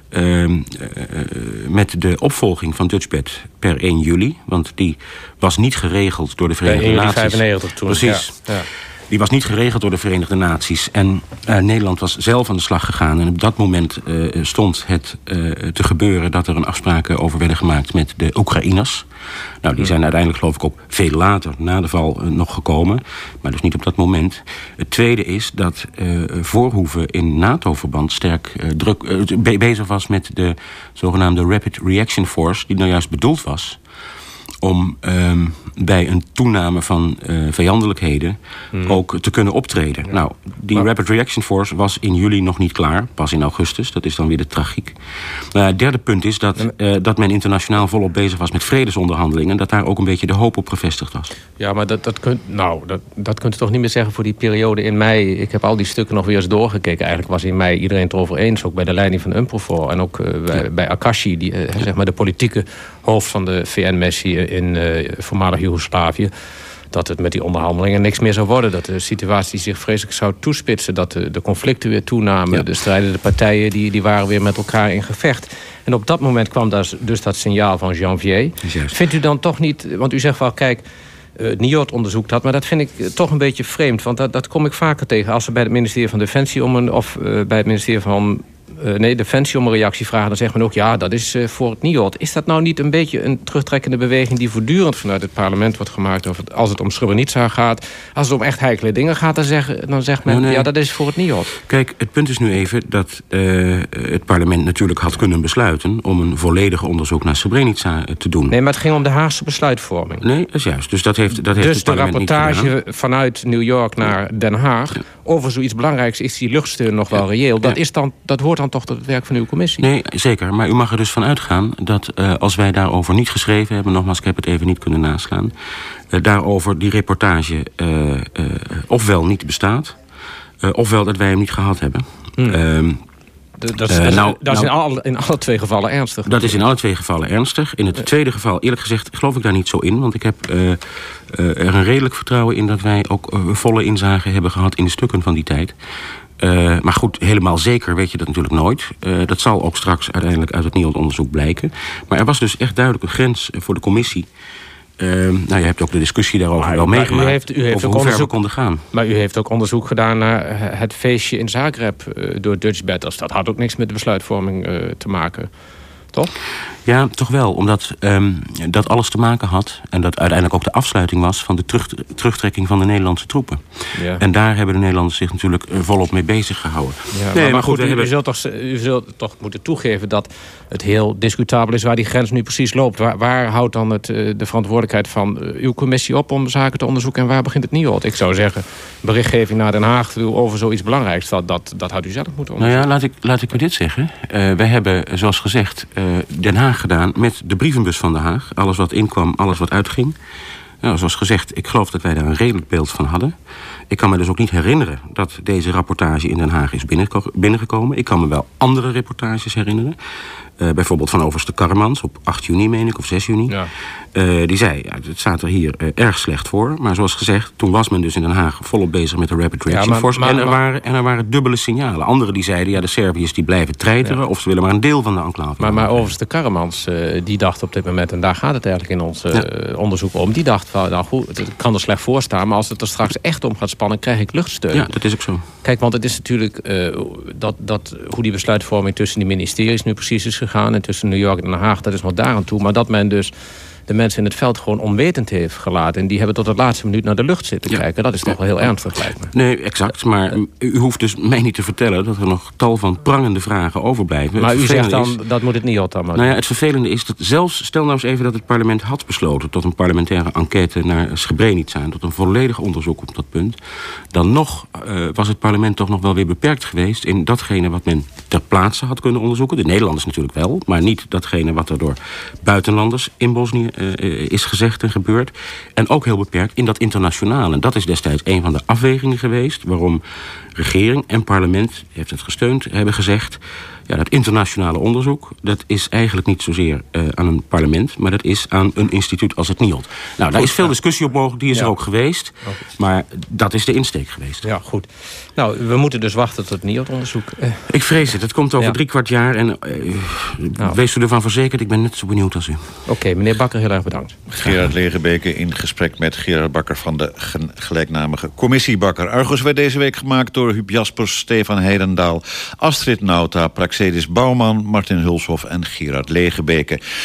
Met de opvolging van Dutchbed per 1 juli. Want die was niet geregeld door de Verenigde Naties. 95 toen. Precies. Ja. Die was niet geregeld door de Verenigde Naties. En Nederland was zelf aan de slag gegaan. En op dat moment stond het te gebeuren dat er een afspraken over werden gemaakt met de Oekraïners. Nou, die zijn uiteindelijk geloof ik ook veel later na de val nog gekomen. Maar dus niet op dat moment. Het tweede is dat Voorhoeven in NATO-verband sterk bezig was met de zogenaamde Rapid Reaction Force, die nou juist bedoeld was om bij een toename van vijandelijkheden ook te kunnen optreden. Ja. Nou, die Rapid Reaction Force was in juli nog niet klaar. Pas in augustus. Dat is dan weer de tragiek. Het derde punt is dat men internationaal volop bezig was met vredesonderhandelingen. Dat daar ook een beetje de hoop op gevestigd was. Ja, maar dat kunt u toch niet meer zeggen voor die periode in mei. Ik heb al die stukken nog weer eens doorgekeken. Eigenlijk was in mei iedereen het erover eens. Ook bij de leiding van UNPROFOR. En ook bij Akashi, die zeg maar de politieke hoofd van de VN-missie in voormalig Joegoslavië, dat het met die onderhandelingen niks meer zou worden. Dat de situatie zich vreselijk zou toespitsen. Dat de conflicten weer toenamen. Ja. De strijdende partijen die waren weer met elkaar in gevecht. En op dat moment kwam dus dat signaal van Janvier. Vindt u dan toch niet, want u zegt wel, kijk, NIOD onderzoekt dat, maar dat vind ik toch een beetje vreemd. Want dat kom ik vaker tegen. Als ze bij het ministerie van Defensie bij het ministerie van Defensie om een reactie vragen, dan zegt men ook, ja, dat is voor het NIOD. Is dat nou niet een beetje een terugtrekkende beweging die voortdurend vanuit het parlement wordt gemaakt? Als het om Srebrenica gaat, als het om echt heikele dingen gaat, dan zegt men, ja, dat is voor het NIOD. Kijk, het punt is nu even dat het parlement natuurlijk had kunnen besluiten om een volledig onderzoek naar Srebrenica te doen. Nee, maar het ging om de Haagse besluitvorming. Nee, dat is juist. Dus dat heeft het parlement niet gedaan. Dus de rapportage vanuit New York naar Den Haag over zoiets belangrijks, is die luchtsteun nog wel reëel. Dat hoort dan toch tot het werk van uw commissie? Nee, zeker. Maar u mag er dus van uitgaan dat als wij daarover niet geschreven hebben, nogmaals, ik heb het even niet kunnen naslaan, daarover die reportage ofwel niet bestaat, ofwel dat wij hem niet gehad hebben. Dat is in alle twee gevallen ernstig. Dat is in alle twee gevallen ernstig. In het tweede geval, eerlijk gezegd, geloof ik daar niet zo in. Want ik heb er een redelijk vertrouwen in dat wij ook volle inzage hebben gehad in de stukken van die tijd. Maar goed, helemaal zeker weet je dat natuurlijk nooit. Dat zal ook straks uiteindelijk uit het NIOD-onderzoek blijken. Maar er was dus echt duidelijk een grens voor de commissie. Je hebt ook de discussie daarover wel meegemaakt. U heeft over ook hoe ver we konden gaan. Maar u heeft ook onderzoek gedaan naar het feestje in Zagreb door Dutchbed. Dat had ook niks met de besluitvorming te maken, toch? Ja, toch wel. Omdat dat alles te maken had, en dat uiteindelijk ook de afsluiting was van de terugtrekking van de Nederlandse troepen. Ja. En daar hebben de Nederlanders zich natuurlijk volop mee bezig gehouden. Ja, maar goed, u zult toch moeten toegeven dat het heel discutabel is waar die grens nu precies loopt. Waar houdt dan de verantwoordelijkheid van uw commissie op om zaken te onderzoeken en waar begint het NIOD? Ik zou zeggen, berichtgeving naar Den Haag over zoiets belangrijks, dat had u zelf moeten onderzoeken. Nou ja, laat ik maar dit zeggen. Wij hebben, zoals gezegd, Den Haag gedaan met de brievenbus van Den Haag. Alles wat inkwam, alles wat uitging. Nou, zoals gezegd, ik geloof dat wij daar een redelijk beeld van hadden. Ik kan me dus ook niet herinneren dat deze rapportage in Den Haag is binnengekomen. Ik kan me wel andere reportages herinneren. Bijvoorbeeld van overste Karremans op 8 juni, meen ik, of 6 juni. Ja. Die zei, het staat er hier erg slecht voor. Maar zoals gezegd, toen was men dus in Den Haag volop bezig met de Rapid Reaction Force. En er waren dubbele signalen. Anderen die zeiden, de Serviërs die blijven treiteren, of ze willen maar een deel van de enclave. Maar overste Karremans, die dacht op dit moment, en daar gaat het eigenlijk in ons onderzoek om, die dacht van, nou goed, het kan er slecht voor staan, maar als het er straks echt om gaat spannen, krijg ik luchtsteun. Ja, dat is ook zo. Kijk, want het is natuurlijk hoe die besluitvorming tussen die ministeries nu precies is gegaan en tussen New York en Den Haag, dat is nog daar aan toe. Maar dat men dus de mensen in het veld gewoon onwetend heeft gelaten. En die hebben tot de laatste minuut naar de lucht zitten kijken. Dat is toch wel heel ernstig, lijkt me. Nee, exact. Maar u hoeft dus mij niet te vertellen dat er nog tal van prangende vragen overblijven. Maar u zegt dan, dat moet het niet altijd maar. Nou ja, het vervelende is dat zelfs, stel nou eens even dat het parlement had besloten tot een parlementaire enquête naar Srebrenica en tot een volledig onderzoek op dat punt. Dan nog was het parlement toch nog wel weer beperkt geweest in datgene wat men ter plaatse had kunnen onderzoeken. De Nederlanders natuurlijk wel, maar niet datgene wat er door buitenlanders in Bosnië is gezegd en gebeurd. En ook heel beperkt in dat internationale. En dat is destijds een van de afwegingen geweest waarom regering en parlement, heeft het gesteund, hebben gezegd, ja, dat internationale onderzoek, dat is eigenlijk niet zozeer aan een parlement, maar dat is aan een instituut als het NIOD. Nou, daar is veel discussie op mogelijk, die is er ook geweest. Maar dat is de insteek geweest. Ja, goed. Nou, we moeten dus wachten tot het NIOD-onderzoek. Ik vrees het. Het komt over 3/4 jaar en wees u ervan verzekerd, ik ben net zo benieuwd als u. Oké, meneer Bakker, heel erg bedankt. Gerard Legebeke in gesprek met Gerard Bakker van de gelijknamige commissie Bakker. Argos werd deze week gemaakt door Huub Jaspers, Stefan Heidendaal, Astrid Nauta, Praxedis Bouwman, Martin Hulshoff en Gerard Legebeke.